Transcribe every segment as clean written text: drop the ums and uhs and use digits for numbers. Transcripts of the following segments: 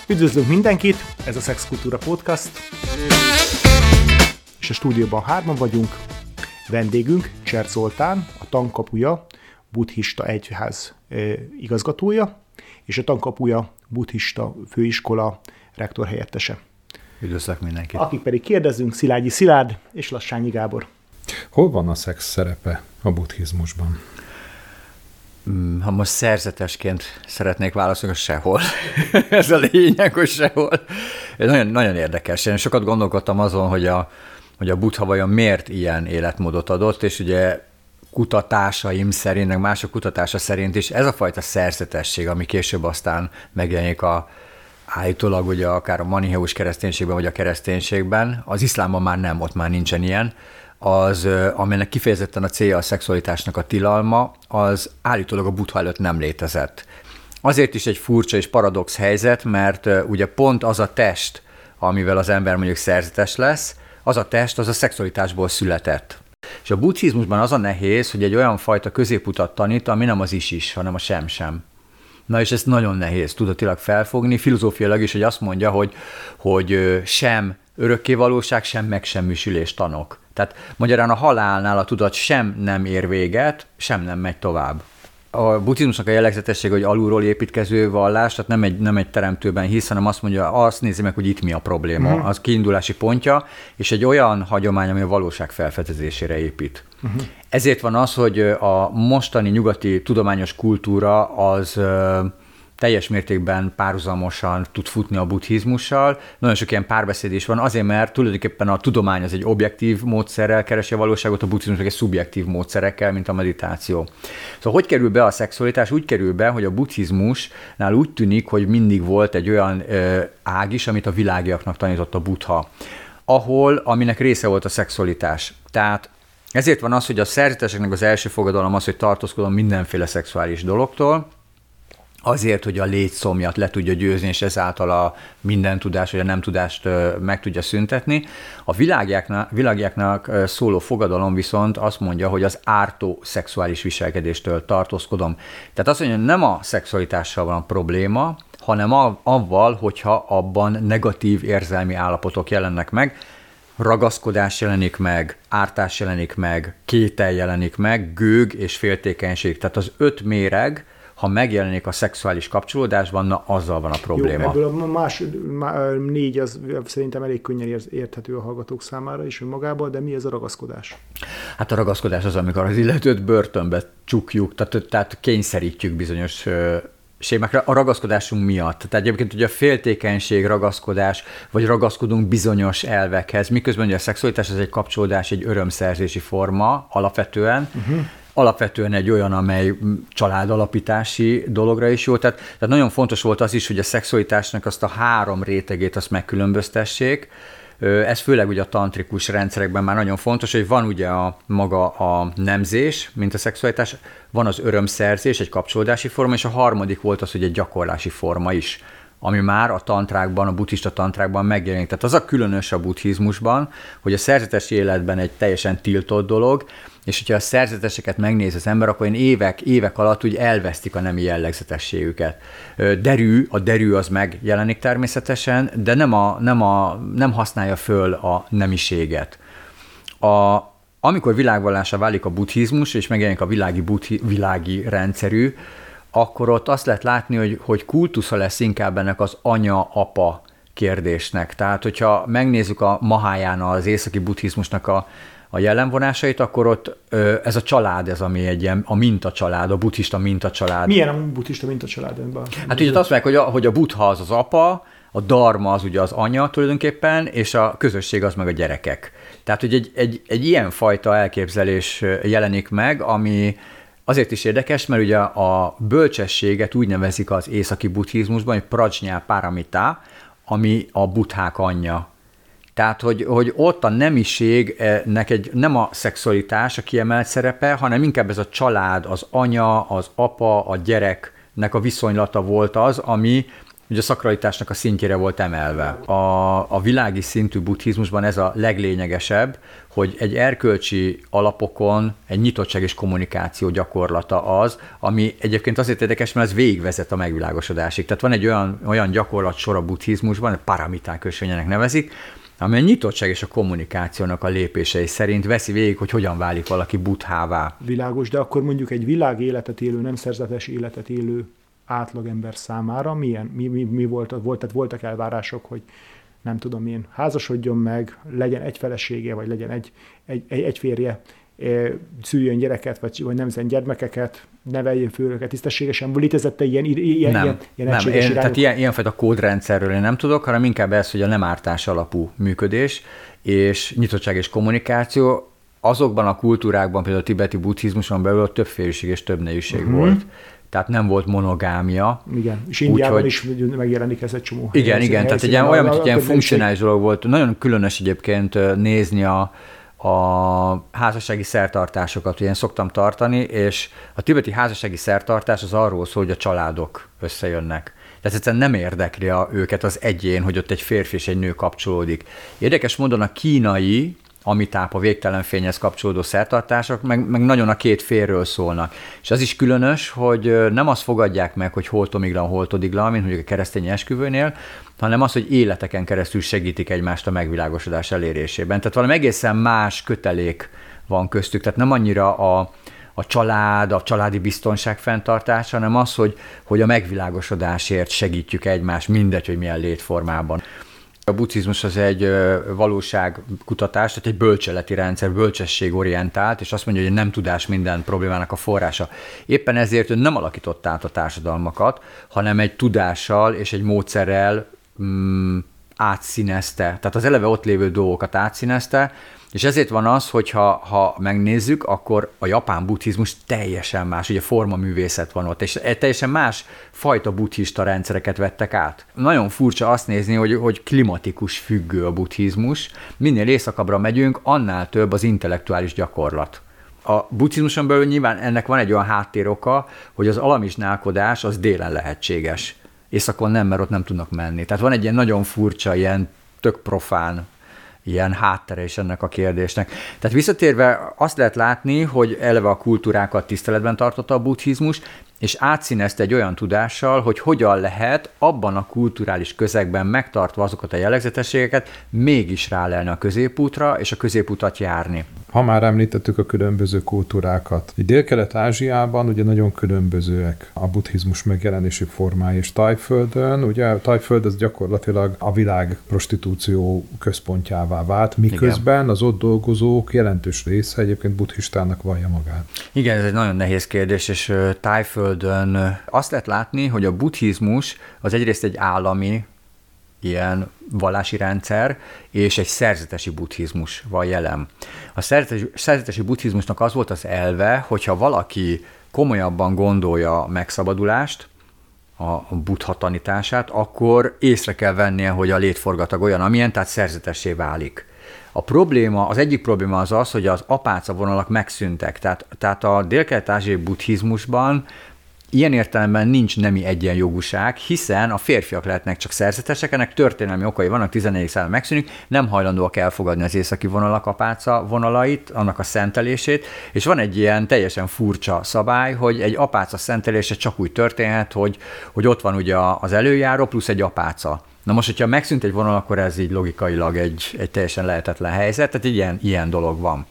Üdvözlünk mindenkit, ez a Szexkultúra Podcast, és a stúdióban 3-an vagyunk. Vendégünk Cserc Zoltán, a Tankapuja buddhista egyház igazgatója, és a Tankapuja buddhista főiskola rektor helyettese. Üdvözlök mindenkit. Akik pedig kérdezünk, Szilágyi Szilárd és Lassányi Gábor. Hol van a szex szerepe a buddhizmusban? Ha most szerzetesként szeretnék válaszolni, sehol. Ez a lényeg, hogy sehol. Nagyon, nagyon érdekes. Én sokat gondolkodtam azon, hogy a buddha vajon miért ilyen életmódot adott, és ugye kutatásaim szerint, meg mások kutatása szerint is ez a fajta szerzetesség, ami később aztán megjelenik állítólag ugye akár a manicheus kereszténységben, vagy a kereszténységben, az iszlámban már nem, ott már nincsen ilyen, az, aminek kifejezetten a célja a szexualitásnak a tilalma, az állítólag a buddha előtt nem létezett. Azért is egy furcsa és paradox helyzet, mert ugye pont az a test, amivel az ember mondjuk szerzetes lesz, az a test, az a szexualitásból született. És a buddhizmusban az a nehéz, hogy egy olyan fajta középutat tanít, ami nem az is, hanem a sem. Na és ezt nagyon nehéz tudatilag felfogni, filozófiailag is, hogy azt mondja, hogy sem örökkévalóság, sem megsemmisülés tanok. Tehát magyarán a halálnál a tudat sem nem ér véget, sem nem megy tovább. A buddhizmusnak a jellegzetessége, hogy alulról építkező vallás, tehát nem egy teremtőben hisz, hanem azt mondja, azt nézi meg, hogy itt mi a probléma, az kiindulási pontja, és egy olyan hagyomány, ami a valóság felfedezésére épít. Ezért van az, hogy a mostani nyugati tudományos kultúra az teljes mértékben párhuzamosan tud futni a buddhizmussal. Nagyon sok ilyen párbeszéd is van, azért, mert tulajdonképpen a tudomány az egy objektív módszerrel keresi a valóságot, a buddhizmus egy szubjektív módszerekkel, mint a meditáció. Szóval hogy kerül be a szexualitás? Úgy kerül be, hogy a buddhizmusnál úgy tűnik, hogy mindig volt egy olyan ág is, amit a világiaknak tanított a buddha, aminek része volt a szexualitás. Tehát ezért van az, hogy a szerzeteseknek az első fogadalom az, hogy tartózkodom mindenféle szexuális dologtól, azért, hogy a létszomjat le tudja győzni, és ezáltal a minden tudás, vagy a nem tudást meg tudja szüntetni. A világiaknak szóló fogadalom viszont azt mondja, hogy az ártó szexuális viselkedéstől tartózkodom. Tehát azt mondja, hogy nem a szexualitással van a probléma, hanem avval, hogyha abban negatív érzelmi állapotok jelennek meg, ragaszkodás jelenik meg, ártás jelenik meg, kétel jelenik meg, gőg és féltékenység. Tehát az 5 méreg, ha megjelenik a szexuális kapcsolódásban, na azzal van a probléma. Jó, ebből a 4 az szerintem elég könnyen érthető a hallgatók számára is önmagában, de mi ez a ragaszkodás? Hát a ragaszkodás az, amikor az illetőt börtönbe csukjuk, tehát kényszerítjük bizonyos sémákra a ragaszkodásunk miatt. Tehát egyébként ugye a féltékenység, ragaszkodás, vagy ragaszkodunk bizonyos elvekhez, miközben ugye a szexualitás az egy kapcsolódás, egy örömszerzési forma alapvetően, alapvetően egy olyan, amely családalapítási dologra is jó. Tehát nagyon fontos volt az is, hogy a szexualitásnak azt a 3 rétegét azt megkülönböztessék. Ez főleg ugye a tantrikus rendszerekben már nagyon fontos, hogy van ugye maga a nemzés, mint a szexualitás, van az örömszerzés, egy kapcsolódási forma, és a harmadik volt az, hogy egy gyakorlási forma is, ami már a tantrákban, a buddhista tantrákban megjelenik. Tehát az a különös a buddhizmusban, hogy a szerzetes életben egy teljesen tiltott dolog, és hogyha a szerzeteseket megnéz az ember, akkor évek alatt úgy elvesztik a nemi jellegzetességüket. A derű az megjelenik természetesen, de nem használja föl a nemiséget. Amikor világvallássá válik a buddhizmus, és megjelenik a világi rendszerű, akkor ott azt lehet látni, hogy kultusza lesz inkább ennek az anya-apa kérdésnek. Tehát, hogyha megnézzük a Mahájána, az északi buddhizmusnak a jellemvonásait, akkor ott ez a család, ez ami egy ilyen, a mintacsalád, a buddhista mintacsalád. Milyen a buddhista mintacsalád? Hát ugye azt mondják, hogy a buddha az az apa, a dharma az ugye az anya tulajdonképpen, és a közösség az meg a gyerekek. Tehát, hogy egy ilyen fajta elképzelés jelenik meg, ami azért is érdekes, mert ugye a bölcsességet úgy nevezik az északi buddhizmusban, hogy prajñā paramita, ami a buddhák anyja. Tehát, hogy ott a nemiségnek nem a szexualitás a kiemelt szerepe, hanem inkább ez a család, az anya, az apa, a gyereknek a viszonylata volt az, ami ugye a szakralitásnak a szintjére volt emelve. A világi szintű buddhizmusban ez a leglényegesebb, hogy egy erkölcsi alapokon egy nyitottság és kommunikáció gyakorlata az, ami egyébként azért érdekes, mert ez végigvezet a megvilágosodásig. Tehát van egy olyan gyakorlatsor a buddhizmusban, paramiták ösvényének nevezik, ami a nyitottság és a kommunikációnak a lépései szerint veszi végig, hogy hogyan válik valaki buddhává. Világos, de akkor mondjuk egy világ életet élő, nem szerzetes életet élő átlagember számára mi volt? Tehát voltak elvárások, hogy nem tudom én, házasodjon meg, legyen egy felesége, vagy legyen egy férje, szüljön gyereket, vagy nemzen gyermekeket, neveljön föl őket tisztességesen. Létezett ilyen egységes irányok? Tehát ilyenfajta kódrendszerről én nem tudok, hanem inkább ez, hogy a nem ártás alapú működés, és nyitottság és kommunikáció azokban a kultúrákban, például a tibeti buddhizmuson belül több férjiség és több nőiség volt. Tehát nem volt monogámia. Igen, és Indiában is megjelenik ez egy csomó. Igen, tehát egy olyan, mint egy ilyen funkcionális dolog volt. Nagyon különös egyébként nézni a házassági szertartásokat, én szoktam tartani, és a tibeti házassági szertartás az arról szól, hogy a családok összejönnek. Tehát egyszerűen nem érdekli őket az egyén, hogy ott egy férfi és egy nő kapcsolódik. Érdekes módon a kínai, Amitáb, a végtelen fényhez kapcsolódó szertartások, meg nagyon a két férről szólnak. És az is különös, hogy nem azt fogadják meg, hogy holtomiglan, holtodiglan, mint mondjuk a keresztény esküvőnél, hanem az, hogy életeken keresztül segítik egymást a megvilágosodás elérésében. Tehát valami egészen más kötelék van köztük, tehát nem annyira a család, a családi biztonság fenntartása, hanem az, hogy a megvilágosodásért segítjük egymást, mindegy, hogy milyen létformában. A buddhizmus az egy valóságkutatás, tehát egy bölcseleti rendszer, bölcsességorientált, és azt mondja, hogy nem tudás minden problémának a forrása. Éppen ezért ő nem alakított át a társadalmakat, hanem egy tudással és egy módszerrel átszínezte. Tehát az eleve ott lévő dolgokat átszínezte, és ezért van az, hogy ha megnézzük, akkor a japán buddhizmus teljesen más, ugye formaművészet van ott, és teljesen más fajta buddhista rendszereket vettek át. Nagyon furcsa azt nézni, hogy klimatikus függő a buddhizmus. Minél északabbra megyünk, annál több az intellektuális gyakorlat. A buddhizmuson belül nyilván ennek van egy olyan háttéroka, hogy az alamizsnálkodás az délen lehetséges. Északon nem, mert ott nem tudnak menni. Tehát van egy ilyen nagyon furcsa, ilyen tök profán ilyen háttere is ennek a kérdésnek. Tehát visszatérve azt lehet látni, hogy eleve a kultúrákat tiszteletben tartotta a buddhizmus, és átszínezte egy olyan tudással, hogy hogyan lehet abban a kulturális közegben megtartva azokat a jellegzetességeket mégis rálelni a középútra, és a középutat járni. Ha már említettük a különböző kultúrákat, Dél-Kelet-Ázsiában ugye nagyon különbözőek a buddhizmus megjelenési formái, és Tajföldön, ugye Tajföld az gyakorlatilag a világ prostitúció központjává vált, miközben az ott dolgozók jelentős része egyébként buddhistának vallja magát. Igen, ez egy nagyon nehéz kérdés, és Tajföldön azt lehet látni, hogy a buddhizmus az egyrészt egy állami ilyen vallási rendszer, és egy szerzetesi buddhizmus van jelen. A szerzetesi buddhizmusnak az volt az elve, hogyha valaki komolyabban gondolja a megszabadulást, a buddha tanítását, akkor észre kell vennie, hogy a létforgatag olyan, amilyen, tehát szerzetessé válik. Az egyik probléma az, hogy az apáca vonalak megszűntek. Tehát a dél-kelet-ázsiai buddhizmusban ilyen értelemben nincs nemi egyenjogúság, hiszen a férfiak lehetnek csak szerzetesek, ennek történelmi okai vannak, 14. században megszűnik, nem hajlandóak elfogadni az északi vonalak apáca vonalait, annak a szentelését, és van egy ilyen teljesen furcsa szabály, hogy egy apáca szentelése csak úgy történhet, hogy ott van ugye az előjáró plusz egy apáca. Na most, hogyha megszűnt egy vonal, akkor ez így logikailag egy teljesen lehetetlen helyzet, tehát ilyen dolog van.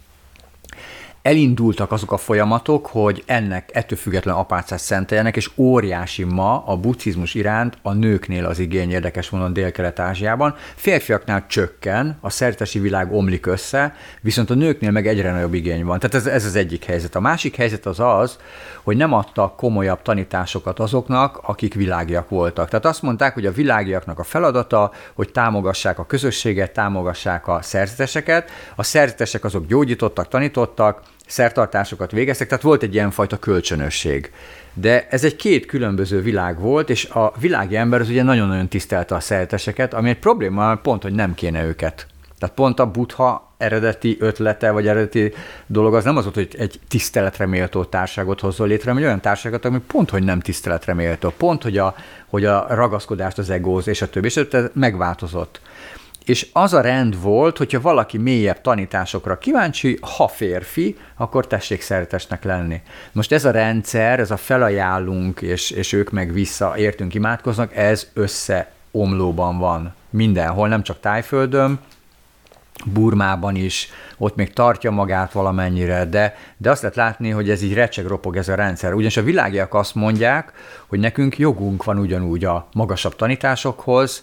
Elindultak azok a folyamatok, hogy ettől független apácát szenteljenek, és óriási ma a buddhizmus iránt a nőknél az igény, érdekes módon Dél-Kelet-Ázsiában. Férfiaknál csökken, a szerzetesi világ omlik össze, viszont a nőknél meg egyre nagyobb igény van. Tehát ez az egyik helyzet. A másik helyzet az, hogy nem adtak komolyabb tanításokat azoknak, akik világiak voltak. Tehát azt mondták, hogy a világiaknak a feladata, hogy támogassák a közösséget, támogassák a szerzeteseket. A szerzetesek azok gyógyítottak, tanítottak, szertartásokat végeztek, tehát volt egy ilyenfajta kölcsönösség. De ez egy két különböző világ volt, és a világi ember az ugye nagyon-nagyon tisztelte a szerzeteseket, ami egy probléma pont, hogy nem kéne őket Tehát pont a Buddha eredeti ötlete, vagy eredeti dolog az nem az volt, hogy egy tiszteletre méltó társaságot hozzon létre, hanem egy olyan társaságot, ami pont, hogy nem tiszteletre méltó, pont, hogy a ragaszkodást, az egóz, és a többi, és ez megváltozott. És az a rend volt, hogyha valaki mélyebb tanításokra kíváncsi, ha férfi, akkor tessék szeretesnek lenni. Most ez a rendszer, ez a felajánlunk, és ők meg vissza értünk, imádkoznak, ez összeomlóban van mindenhol, nem csak Tájföldön, Burmában is, ott még tartja magát valamennyire, de azt lehet látni, hogy ez így recseg-ropog ez a rendszer. Ugyanis a világiak azt mondják, hogy nekünk jogunk van ugyanúgy a magasabb tanításokhoz,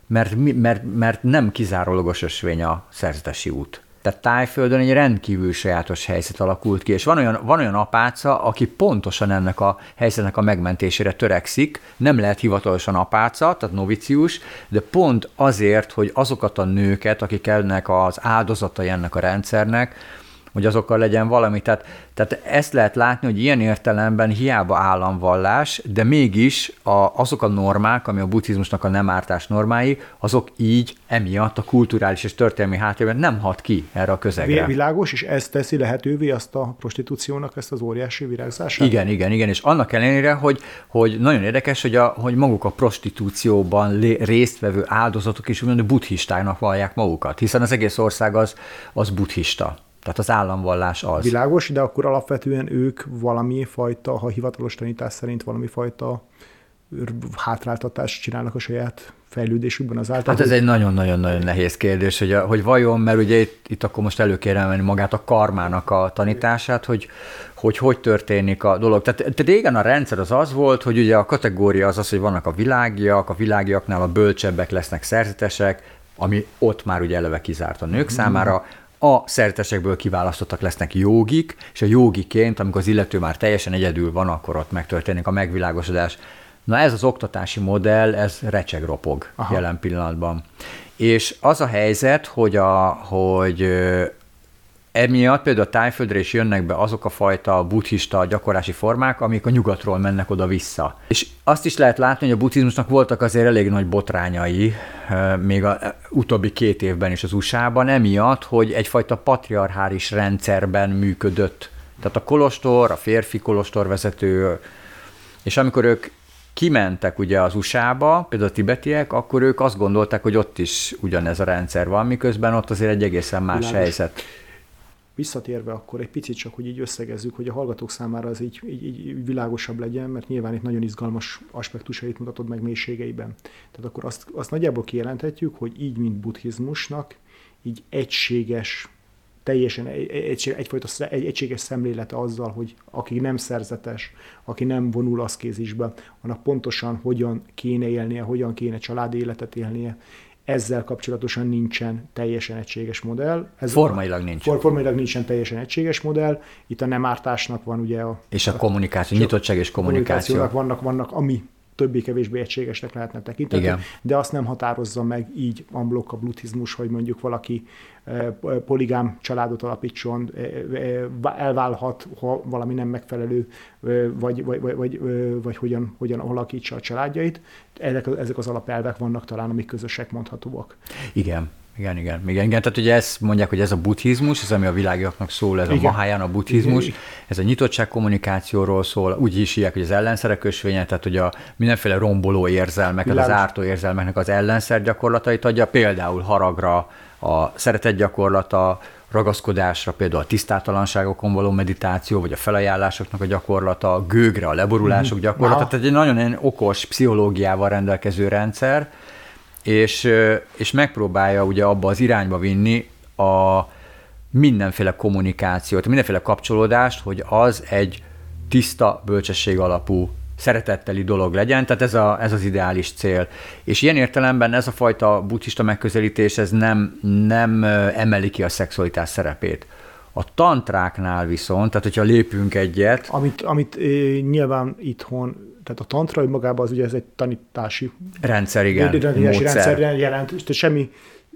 mert nem kizárólagos ösvény a szerzetesi út. Tehát Tájföldön egy rendkívül sajátos helyzet alakult ki, és van olyan apáca, aki pontosan ennek a helyzetnek a megmentésére törekszik, nem lehet hivatalosan apáca, tehát novicius, de pont azért, hogy azokat a nőket, akik ennek az áldozatai ennek a rendszernek, hogy azokkal legyen valami. Tehát ezt lehet látni, hogy ilyen értelemben hiába államvallás, de mégis azok a normák, ami a buddhizmusnak a nem ártás normái, azok így emiatt a kulturális és történelmi háttérben nem hat ki erre a közegre. Világos, és ez teszi lehetővé azt a prostitúciónak ezt az óriási virágzását? Igen, és annak ellenére, hogy nagyon érdekes, hogy maguk a prostitúcióban résztvevő áldozatok is úgymond buddhistának vallják magukat, hiszen az egész ország az buddhista. Tehát az államvallás az. Világos, de akkor alapvetően ők valami fajta, ha hivatalos tanítás szerint valami fajta hátráltatást csinálnak a saját fejlődésükben azáltal. Hát ez egy nagyon-nagyon-nagyon nehéz kérdés, hogy vajon, mert ugye itt akkor most elő kéne venni magát a karmának a tanítását, hogy történik a dolog. Tehát régen a rendszer az volt, hogy ugye a kategória az, hogy vannak a világiaknál a bölcsebbek lesznek szerzetesek, ami ott már ugye eleve kizárt a nők számára, a szerzetesekből kiválasztottak lesznek jógik, és a jógiként, amikor az illető már teljesen egyedül van, akkor ott megtörténik a megvilágosodás. Na ez az oktatási modell, ez recseg-ropog jelen pillanatban. És az a helyzet, hogy emiatt például a Tájföldre is jönnek be azok a fajta buddhista gyakorlási formák, amik a nyugatról mennek oda-vissza. És azt is lehet látni, hogy a buddhizmusnak voltak azért elég nagy botrányai, még az utóbbi 2 évben is az USA-ban, emiatt, hogy egyfajta patriarchális rendszerben működött. Tehát a kolostor, a férfi kolostorvezető, és amikor ők kimentek ugye az USA-ba, például a tibetiek, akkor ők azt gondolták, hogy ott is ugyanez a rendszer van, miközben ott azért egy egészen más helyzet. Visszatérve akkor egy picit csak, hogy így összegezzük, hogy a hallgatók számára az így világosabb legyen, mert nyilván itt nagyon izgalmas aspektusait mutatod meg mélységeiben. Tehát akkor azt nagyjából kijelenthetjük, hogy így, mint buddhizmusnak, így egységes, teljesen egyfajta egységes szemlélete azzal, hogy aki nem szerzetes, aki nem vonul aszkézisbe, annak pontosan hogyan kéne élnie, hogyan kéne családi életet élnie, ezzel kapcsolatosan nincsen teljesen egységes modell. Formailag nincsen. Formailag nincsen teljesen egységes modell. Itt a nem ártásnak van ugye és a kommunikáció, nyitottság és kommunikáció. Vannak ami többé-kevésbé egységesnek lehetne tekinteni, de azt nem határozza meg így amblok a buddhizmus, hogy mondjuk valaki poligám családot alapítson, elválhat, ha valami nem megfelelő, vagy hogyan alakítsa a családjait. Ezek az alapelvek vannak talán, amik közösek mondhatóak. Igen. Tehát ugye ezt mondják, hogy ez a buddhizmus, ez ami a világiaknak szól, ez a Mahayana buddhizmus, ez a nyitottság kommunikációról szól, úgy is hívják, hogy az ellenszerek ösvénye, tehát hogy a mindenféle romboló érzelmeket, az ártó érzelmeknek az ellenszer gyakorlatait adja, például haragra a szeretet gyakorlata, ragaszkodásra, például a tisztátalanságokon való meditáció, vagy a felajánlásoknak a gyakorlata, a gőgre a leborulások gyakorlata, tehát egy nagyon okos pszichológiával rendelkező rendszer, és megpróbálja ugye abba az irányba vinni a mindenféle kommunikációt, mindenféle kapcsolódást, hogy az egy tiszta, bölcsesség alapú, szeretetteli dolog legyen, tehát ez az ideális cél. És ilyen értelemben ez a fajta buddhista megközelítés, ez nem emeli ki a szexualitás szerepét. A tantráknál viszont, tehát hogyha lépünk egyet... Amit nyilván itthon, tehát a tantra magában az ugye ez egy tanítási rendszer, igen, módszer. Rendszer jelent, tehát semmi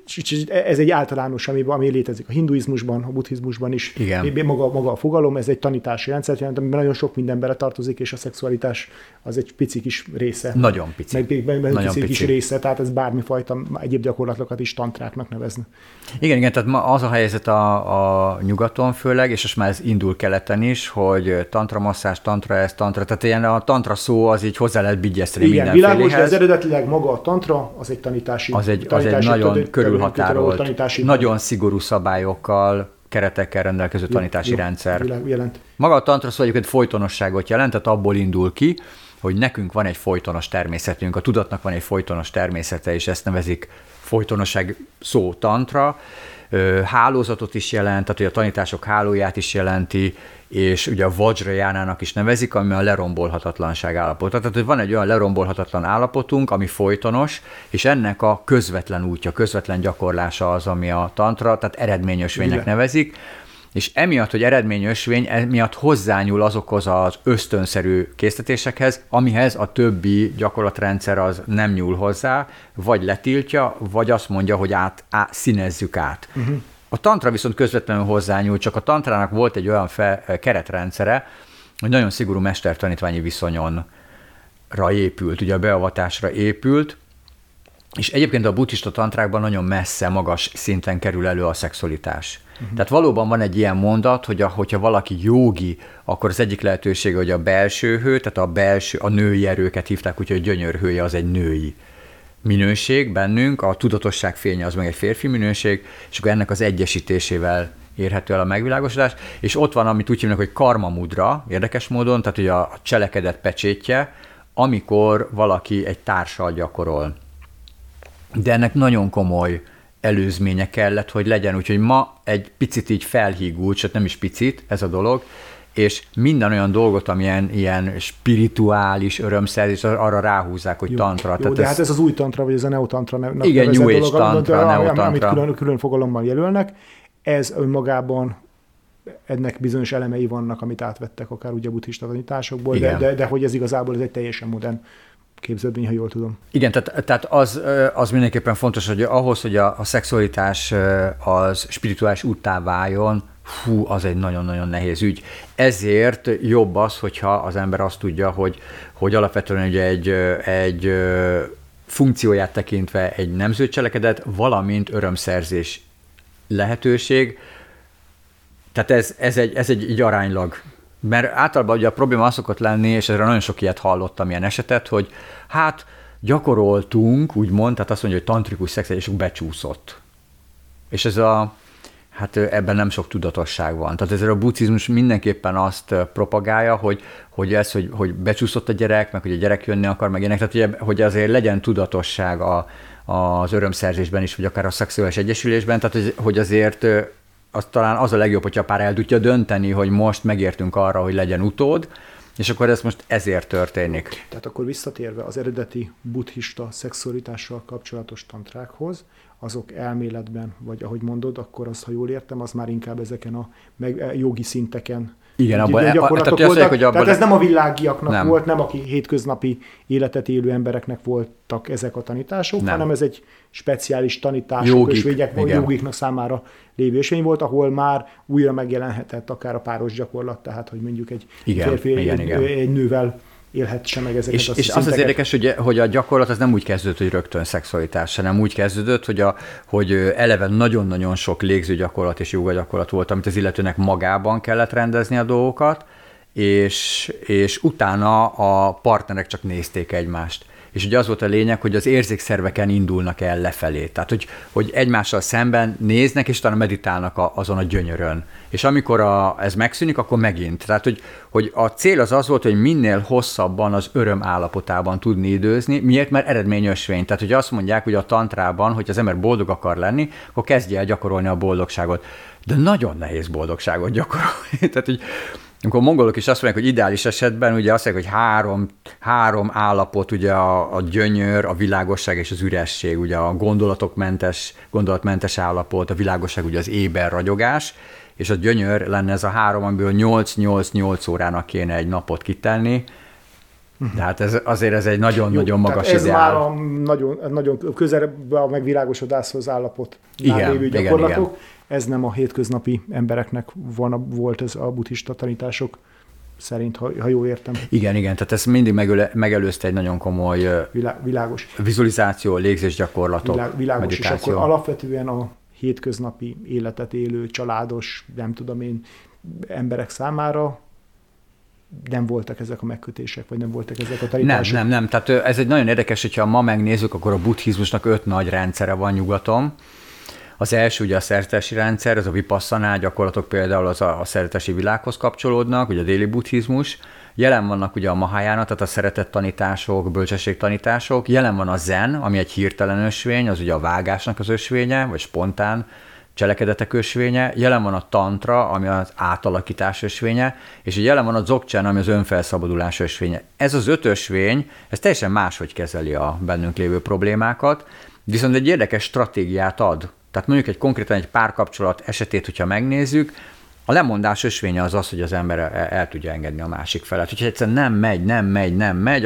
ez egy általános, ami létezik a hinduizmusban, a buddhizmusban is. Igen. Maga a fogalom, ez egy tanítási rendszert jelent, amiben nagyon sok minden beletartozik, és a szexualitás az egy pici kis része. Nagyon pici. Nagyon pici kis része, tehát ez bármifajta egyéb gyakorlatokat is tantráknak nevezni. Igen, tehát ma az a helyzet a nyugaton főleg, és most már ez indul keleten is, hogy tantra masszás, tantra ez, tantra, tehát ilyen a tantra szó az így hozzá lehet bigyeszteni mindenféléhez. Igen, világos, de ez eredetileg maga a tantra, az egy tanítási. Az egy nagyon körülhatárolt, nagyon szigorú szabályokkal, keretekkel rendelkező tanítási rendszer. Jelent. Maga a tantra szó egyébként folytonosságot jelent, tehát abból indul ki, hogy nekünk van egy folytonos természetünk, a tudatnak van egy folytonos természete, és ezt nevezik folytonosság szó tantra. Hálózatot is jelent, tehát hogy a tanítások hálóját is jelenti, és ugye a vajrajánának is nevezik, ami a lerombolhatatlanság állapota. Tehát, hogy van egy olyan lerombolhatatlan állapotunk, ami folytonos, és ennek a közvetlen útja, közvetlen gyakorlása az, ami a tantra, tehát eredményösvénynek nevezik, és emiatt, hogy eredményösvény, emiatt hozzányúl azokhoz az ösztönszerű késztetésekhez, amihez a többi gyakorlatrendszer az nem nyúl hozzá, vagy letiltja, vagy azt mondja, hogy színezzük át. A tantra viszont közvetlenül hozzányúl, csak a tantrának volt egy olyan keretrendszere, hogy nagyon szigorú mester-tanítványi viszonyonra épült, ugye a beavatásra épült, és egyébként a buddhista tantrákban nagyon messze, magas szinten kerül elő a szexualitás. Tehát valóban van egy ilyen mondat, hogy hogyha valaki jógi, akkor az egyik lehetősége, hogy a belső hő, tehát a női erőket hívták, úgyhogy a gyönyörhője az egy női minőség bennünk, a tudatosság fénye az meg egy férfi minőség, és akkor ennek az egyesítésével érhető el a megvilágosodás, és ott van, amit úgy hívnak, hogy karma mudra, érdekes módon, tehát ugye a cselekedet pecsétje, amikor valaki egy társal gyakorol. De ennek nagyon komoly előzménye kellett, hogy legyen, úgyhogy ma egy picit így felhígult, sőt nem is picit ez a dolog, és minden olyan dolgot, ami ilyen spirituális örömszerzés, arra ráhúzzák, hogy tantra. Jó, tehát de hát ez az új tantra, vagy ez a neotantra. Igen, New Age tantra, neotantra. Amit külön fogalommal jelölnek, ez önmagában ennek bizonyos elemei vannak, amit átvettek akár ugye a buddhista tanításokból, de hogy ez igazából ez egy teljesen modern képződmény, ha jól tudom. Igen, tehát az mindenképpen fontos, hogy ahhoz, hogy a szexualitás az spirituális úttá váljon, az egy nagyon-nagyon nehéz ügy. Ezért jobb az, hogyha az ember azt tudja, hogy alapvetően ugye egy funkcióját tekintve egy nemzőcselekedet, valamint örömszerzés lehetőség. Tehát ez egy így aránylag. Mert általában ugye a probléma az szokott lenni, és erre nagyon sok ilyet hallottam, ilyen esetet, hogy hát gyakoroltunk, úgymond, tehát azt mondja, hogy tantrikus szexualitás becsúszott. És hát ebben nem sok tudatosság van. Tehát ezért a buddhizmus mindenképpen azt propagálja, hogy becsúszott a gyerek, meg hogy a gyerek jönni akar, meg ilyenek, tehát hogy azért legyen tudatosság az örömszerzésben is, vagy akár a szexuális egyesülésben, tehát hogy azért talán az a legjobb, hogyha a pár el tudja dönteni, hogy most megértünk arra, hogy legyen utód, és akkor ez most ezért történik. Tehát akkor visszatérve az eredeti buddhista szexualitással kapcsolatos tantrákhoz, azok elméletben, vagy ahogy mondod, akkor az, ha jól értem, az már inkább ezeken a jogi szinteken. Igen, abban tehát ez nem a világiaknak volt, nem aki hétköznapi életet élő embereknek voltak ezek a tanítások, hanem ez egy speciális tanítások, jogiknak számára lévő ösvény volt, ahol már újra megjelenhetett akár a páros gyakorlat, tehát hogy mondjuk egy férfi egy nővel élhetse meg ezeket és az az érdekes, hogy a gyakorlat az nem úgy kezdődött, hogy rögtön szexualitás, hanem úgy kezdődött, hogy eleve nagyon-nagyon sok légző gyakorlat és jóga gyakorlat volt, amit az illetőnek magában kellett rendezni a dolgokat, és utána a partnerek csak nézték egymást. És ugye az volt a lényeg, hogy az érzékszerveken indulnak el lefelé. Tehát, hogy egymással szemben néznek, és utána meditálnak azon a gyönyörön. És amikor ez megszűnik, akkor megint. Tehát, hogy a cél az volt, hogy minél hosszabban az öröm állapotában tudni időzni. Miért? Mert eredményösvény. Tehát, hogy azt mondják, hogy a tantrában, hogy az ember boldog akar lenni, akkor kezdje el gyakorolni a boldogságot. De nagyon nehéz boldogságot gyakorolni. Tehát, hogy amikor a mongolok is azt mondják, hogy ideális esetben ugye azt mondják, hogy három állapot, ugye a gyönyör, a világosság és az üresség, ugye a gondolatmentes állapot, a világosság ugye az éber ragyogás, és a gyönyör lenne ez a három, amiből 8-8-8 órának kéne egy napot kitenni, De hát azért ez egy nagyon-nagyon magas ez ideál. már a nagyon közelebb a megvilágosodáshoz állapot lévő Igen, gyakorlatok. igen. Ez nem a hétköznapi embereknek volt ez a buddhista tanítások szerint, ha jól értem. Igen, tehát ez mindig megelőzte egy nagyon komoly világos. Vizualizáció, légzésgyakorlatok, Világos, meditáció. és akkor alapvetően a hétköznapi életet élő, családos, nem tudom én, emberek számára nem voltak ezek a megkötések, vagy nem voltak ezek a tanítások? Nem. Tehát ez egy nagyon érdekes, hogyha ma megnézzük, akkor a buddhizmusnak 5 nagy rendszere van nyugaton. Az első ugye a szerzetesi rendszer, ez a vipasszaná gyakorlatok például az a szerzetesi világhoz kapcsolódnak, ugye a déli buddhizmus. Jelen vannak ugye a Mahayana, tehát a szeretett tanítások, bölcsességtanítások. Jelen van a zen, ami egy hirtelen ösvény, az ugye a vágásnak az ösvénye, vagy spontán cselekedetek ösvénye. Jelen van a tantra, ami az átalakítás ösvénye, és jelen van a dzogchen, ami az önfelszabadulás ösvénye. Ez az 5 ösvény, ez teljesen máshogy kezeli a bennünk lévő problémákat, viszont egy érdekes stratégiát ad. Tehát mondjuk konkrétan egy párkapcsolat esetét, hogyha megnézzük, a lemondás ösvénye az, hogy az ember el tudja engedni a másik felet. Hogyha egyszerűen nem megy,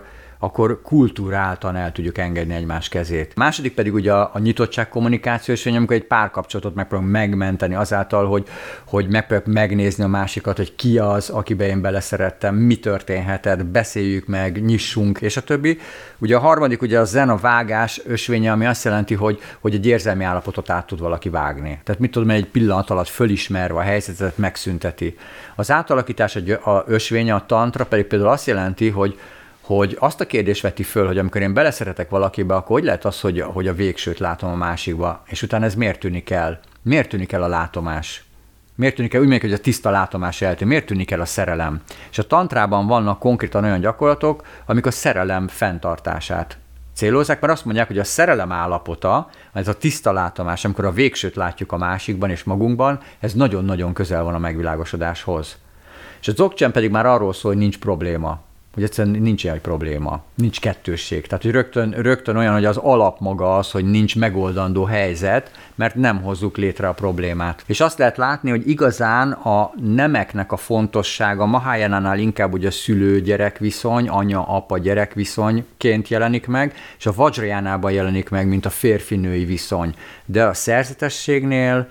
akkor kulturáltan el tudjuk engedni egymás kezét. Második pedig ugye a nyitottság kommunikáció ösvény, amikor egy párkapcsolatot megpróbálunk megmenteni azáltal, hogy megpróbáljuk megnézni a másikat, hogy ki az, akibe én beleszerettem, mi történhetett, beszéljük meg, nyissunk, és a többi. Ugye a harmadik ugye a zen, a vágás ösvénye, ami azt jelenti, hogy egy érzelmi állapotot át tud valaki vágni. Tehát mit tudom, egy pillanat alatt fölismerve a helyzetet megszünteti. Az átalakítás a ösvénye, a tantra pedig például azt jelenti, hogy azt a kérdést veti föl, hogy amikor én beleszeretek valakibe, akkor hogy lehet az, hogy a végsőt látom a másikba, és utána ez miért tűnik el? Miért tűnik el a látomás? Miért tűnik el, úgy mondjuk, hogy a tiszta látomás eltűnik? Miért tűnik el a szerelem? És a tantrában vannak konkrétan olyan gyakorlatok, amik a szerelem fenntartását célozzák, mert azt mondják, hogy a szerelem állapota, ez a tiszta látomás, amikor a végsőt látjuk a másikban és magunkban, ez nagyon-nagyon közel van a megvilágosodáshoz. És a dzogchen pedig már arról szól, hogy nincs probléma. Hogy egyszerűen nincs ilyen probléma, nincs kettősség. Tehát, hogy rögtön olyan, hogy az alap maga az, hogy nincs megoldandó helyzet, mert nem hozzuk létre a problémát. És azt lehet látni, hogy igazán a nemeknek a fontossága Mahayánánál inkább ugye a szülő-gyerek viszony, anya-apa gyerek viszonyként jelenik meg, és a Vajrayánában jelenik meg, mint a férfi-női viszony. De a szerzetességnél,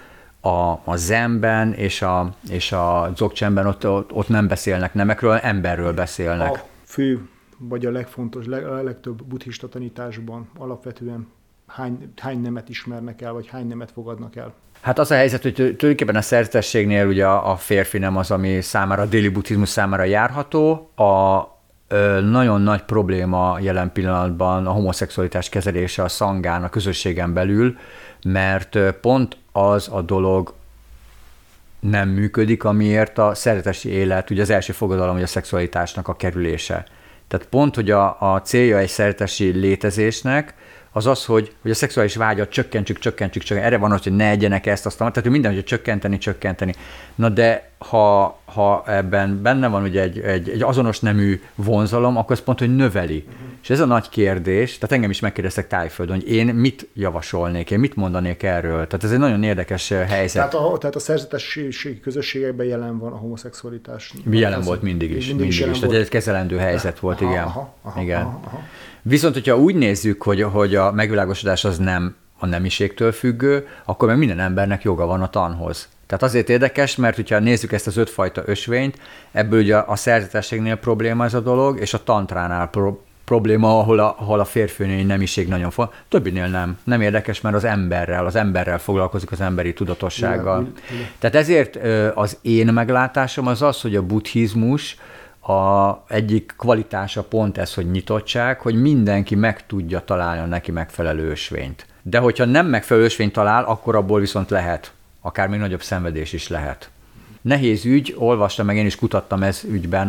a zenben és a dzogchenben ott nem beszélnek nemekről, emberről beszélnek. A fő, vagy a legtöbb buddhista tanításban alapvetően hány nemet ismernek el, vagy hány nemet fogadnak el? Hát az a helyzet, hogy tulajdonképpen a szerzetességnél ugye a férfi nem az, ami számára, a déli buddhizmus számára járható. A nagyon nagy probléma jelen pillanatban a homoszexualitás kezelése a szangán, a közösségen belül, mert pont az a dolog nem működik, amiért a szeretesi élet, ugye az első fogadalom, hogy a szexualitásnak a kerülése. Tehát pont, hogy a célja egy szeretesi létezésnek az, hogy a szexuális vágyat csökkentsük. Erre van az, hogy ne egyenek ezt, tehát minden, hogy csökkenteni. Na de ha ebben benne van ugye egy azonos nemű vonzalom, akkor ez pont, hogy növeli. És ez a nagy kérdés, tehát engem is megkérdeztek Tájföldön, hogy én mit javasolnék, én mit mondanék erről. Tehát ez egy nagyon érdekes helyzet. Tehát a szerzetességi közösségekben jelen van a homoszexualitás. Jelen volt mindig is. Tehát ez egy kezelendő helyzet volt, igen. Igen. Aha. Viszont, hogyha úgy nézzük, hogy a megvilágosodás az nem a nemiségtől függő, akkor meg minden embernek joga van a tanhoz. Tehát azért érdekes, mert hogyha nézzük ezt az 5 fajta ösvényt, ebből ugye a szerzetességnél probléma ez a dolog, és a tantránál probléma, ahol a férfi-női nemiség nagyon fontos. Többinél nem érdekes, mert az emberrel foglalkozik, az emberi tudatossággal. Tehát ezért az én meglátásom az, hogy a buddhizmus egyik kvalitása pont ez, hogy nyitottság, hogy mindenki meg tudja találni a neki megfelelő ösvényt. De hogyha nem megfelelő ösvényt talál, akkor abból viszont lehet. Akár még nagyobb szenvedés is lehet. Nehéz ügy, olvastam meg, én is kutattam ez ügyben,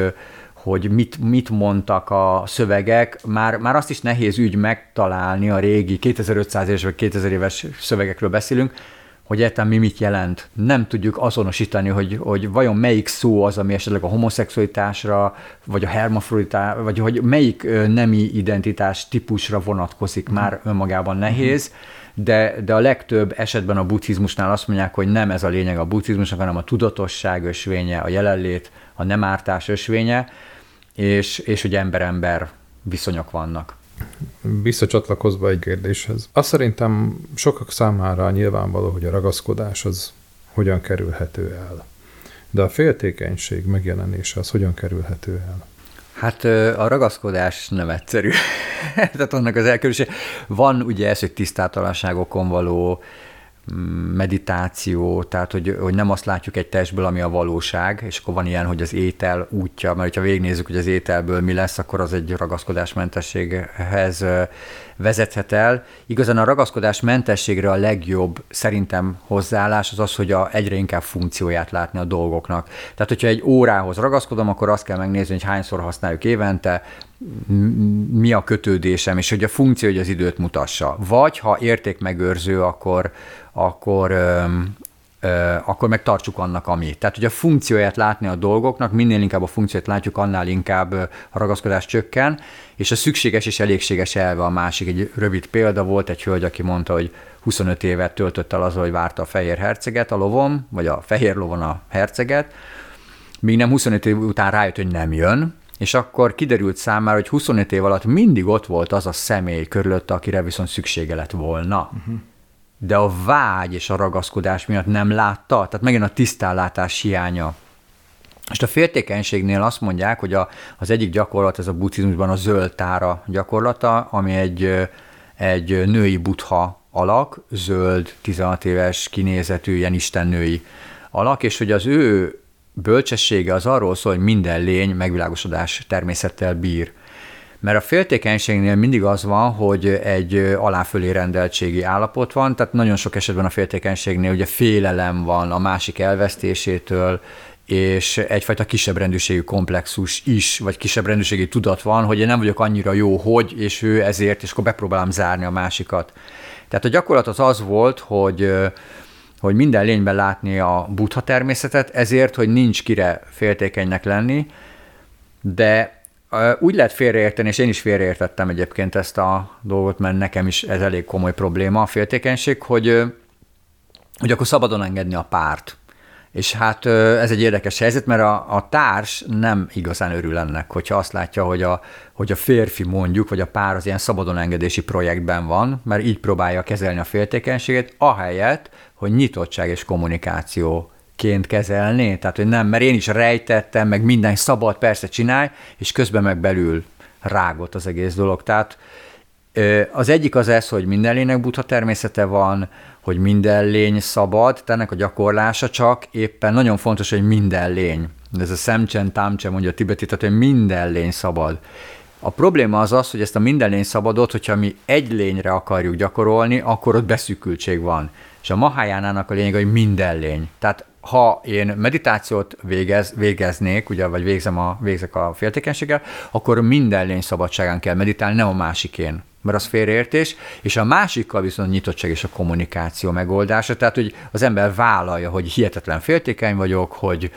hogy mit mondtak a szövegek. Már azt is nehéz ügy megtalálni, a régi 2500 éves vagy 2000 éves szövegekről beszélünk, hogy egyáltalán mi mit jelent. Nem tudjuk azonosítani, hogy vajon melyik szó az, ami esetleg a homoszexualitásra, vagy a hermafroditásra, vagy hogy melyik nemi identitás típusra vonatkozik, már önmagában nehéz. De a legtöbb esetben a buddhizmusnál azt mondják, hogy nem ez a lényeg a buddhizmusnak, hanem a tudatosság ösvénye, a jelenlét, a nem ártás ösvénye, és hogy ember-ember viszonyok vannak. Visszacsatlakozva egy kérdéshez. Azt szerintem sokak számára nyilvánvaló, hogy a ragaszkodás az hogyan kerülhető el. De a féltékenység megjelenése az hogyan kerülhető el? Hát a ragaszkodás nem egyszerű. Tehát annak az elkerülése. Van ugye ez, hogy tisztátalanságokon való meditáció, tehát hogy nem azt látjuk egy testből, ami a valóság, és akkor van ilyen, hogy az étel útja, mert ha végignézzük, hogy az ételből mi lesz, akkor az egy ragaszkodásmentességhez vezethet el. Igazán a ragaszkodásmentességre a legjobb szerintem hozzáállás az, hogy egyre inkább funkcióját látni a dolgoknak. Tehát, hogyha egy órához ragaszkodom, akkor azt kell megnézni, hogy hányszor használjuk évente, mi a kötődésem, és hogy a funkció, hogy az időt mutassa. Vagy ha értékmegőrző, akkor meg tartsuk annak, ami. Tehát, hogy a funkcióját látni a dolgoknak, minél inkább a funkciót látjuk, annál inkább a ragaszkodás csökken, és a szükséges és elégséges elve a másik. Egy rövid példa volt, egy hölgy, aki mondta, hogy 25 évet töltött el azzal, hogy várta a fehér herceget a lovon, vagy a fehér lovon a herceget, míg nem 25 év után rájött, hogy nem jön, és akkor kiderült számára, hogy 25 év alatt mindig ott volt az a személy körülötte, akire viszont szüksége lett volna. De a vágy és a ragaszkodás miatt nem látta, tehát megint a tisztállátás hiánya. És a féltékenységnél azt mondják, hogy az egyik gyakorlat, ez a buddhizmusban a zöld tára gyakorlata, ami egy női buddha alak, zöld, 16 éves kinézetű, ilyen istennői alak, és hogy az ő bölcsessége az arról szól, hogy minden lény megvilágosodás természettel bír. Mert a féltékenységnél mindig az van, hogy egy aláfölé rendeltségi állapot van, tehát nagyon sok esetben a féltékenységnél ugye félelem van a másik elvesztésétől, és egyfajta kisebb rendűségű komplexus is, vagy kisebb rendűségi tudat van, hogy én nem vagyok annyira jó, hogy, és ő ezért, és akkor bepróbálom zárni a másikat. Tehát a gyakorlat az volt, hogy minden lényben látni a buddha természetet, ezért, hogy nincs kire féltékenynek lenni, de úgy lehet félreérteni, és én is félreértettem egyébként ezt a dolgot, mert nekem is ez elég komoly probléma, a féltékenység, hogy akkor szabadon engedni a párt. És hát ez egy érdekes helyzet, mert a társ nem igazán örül ennek, hogyha azt látja, hogy a férfi mondjuk, vagy a pár az ilyen szabadon engedési projektben van, mert így próbálja kezelni a féltékenységet, ahelyett, hogy nyitottság és kommunikációként kezelni. Tehát, hogy nem, mert én is rejtettem, meg minden szabad, persze csinálj, és közben meg belül rágott az egész dolog. Tehát az egyik az ez, hogy minden lénynek buddha természete van, hogy minden lény szabad, tehát ennek a gyakorlása csak éppen nagyon fontos, hogy minden lény. Ez a szemcsen, támcsen mondja a tibeti, tehát hogy minden lény szabad. A probléma az, hogy ezt a minden lény szabadot, hogyha mi egy lényre akarjuk gyakorolni, akkor ott beszűkültség van. És a Mahajánának a lényeg, hogy minden lény. Tehát ha én meditációt végeznék, ugye, vagy végzek a féltékenységgel, akkor minden lény szabadságán kell meditálni, nem a másikén, mert az félreértés, és a másikkal viszont a nyitottság és a kommunikáció megoldása, tehát hogy az ember vállalja, hogy hihetetlen féltékeny vagyok,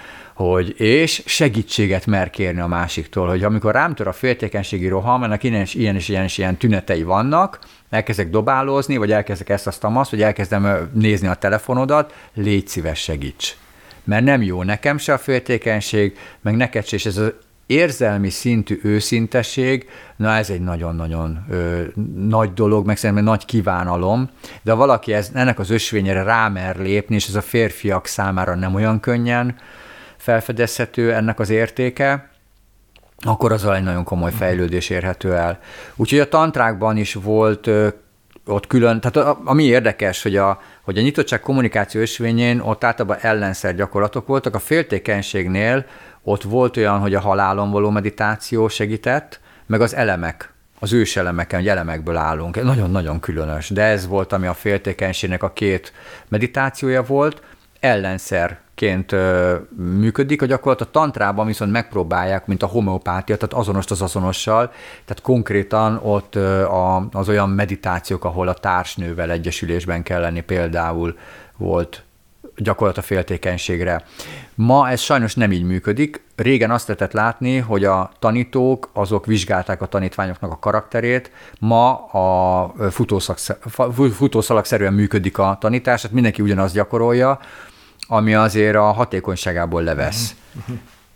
és segítséget mer kérni a másiktól, hogy amikor rám tör a féltékenységi roham, ennek ilyen tünetei vannak, elkezdek dobálózni, vagy elkezdek ezt-azt, vagy elkezdem nézni a telefonodat, légy szíves, segíts. Mert nem jó nekem se a féltékenység, meg neked se, és ez az érzelmi szintű őszintesség, na ez egy nagyon-nagyon nagy dolog, meg szerintem nagy kívánalom, de ha valaki ennek az ösvényére rámer lépni, és ez a férfiak számára nem olyan könnyen felfedezhető ennek az értéke, akkor azzal egy nagyon komoly fejlődés érhető el. Úgyhogy a tantrákban is volt ott külön, tehát ami érdekes, hogy a nyitottság kommunikáció ösvényén ott általában ellenszer gyakorlatok voltak, a féltékenységnél ott volt olyan, hogy a halálon való meditáció segített, meg az elemek, az őselemeken, hogy elemekből állunk. Nagyon-nagyon különös, de ez volt, ami a féltékenységnek a két meditációja volt, ellenszerként működik a gyakorlat. A tantrában viszont megpróbálják, mint a homeopátia, tehát azonost az azonossal, tehát konkrétan ott az olyan meditációk, ahol a társnővel egyesülésben kell lenni, például volt gyakorlat a féltékenységre. Ma ez sajnos nem így működik. Régen azt lehetett látni, hogy a tanítók, azok vizsgálták a tanítványoknak a karakterét, ma a futószalagszerűen működik a tanítás, tehát mindenki ugyanazt gyakorolja, ami azért a hatékonyságából levesz.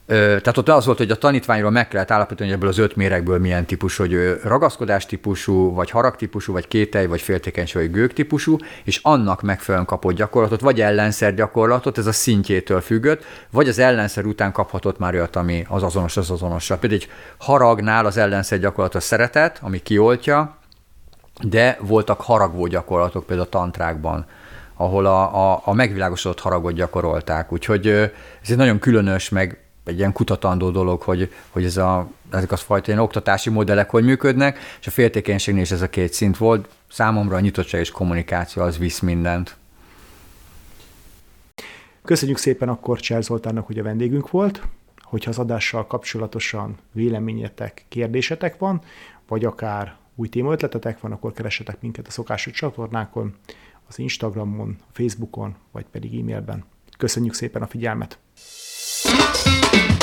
Tehát ott az volt, hogy a tanítványról meg kellett állapítani, hogy ebből az 5 méregből milyen típusú, hogy ragaszkodás típusú, vagy harag típusú, vagy kételj, vagy féltékenység, vagy gőg típusú, és annak megfelelően kapott gyakorlatot, vagy ellenszer gyakorlatot, ez a szintjétől függött, vagy az ellenszer után kaphatott már olyat, ami az azonosra. Például egy haragnál az ellenszer gyakorlat a szeretet, ami kioltja, de voltak haragvó gyakorlatok például a tantrákban, ahol a megvilágosodott haragot gyakorolták. Úgyhogy ez egy nagyon különös, meg egy ilyen kutatandó dolog, hogy ezek az fajta ilyen oktatási modellek hogy működnek, és a féltékenységnél is ez a 2 szint volt. Számomra a nyitottság és kommunikáció az visz mindent. Köszönjük szépen akkor Cser Zoltánnak, hogy a vendégünk volt. Hogyha az adással kapcsolatosan véleményetek, kérdésetek van, vagy akár új témaötletetek van, akkor keressetek minket a szokásos csatornákon, az Instagramon, Facebookon, vagy pedig e-mailben. Köszönjük szépen a figyelmet!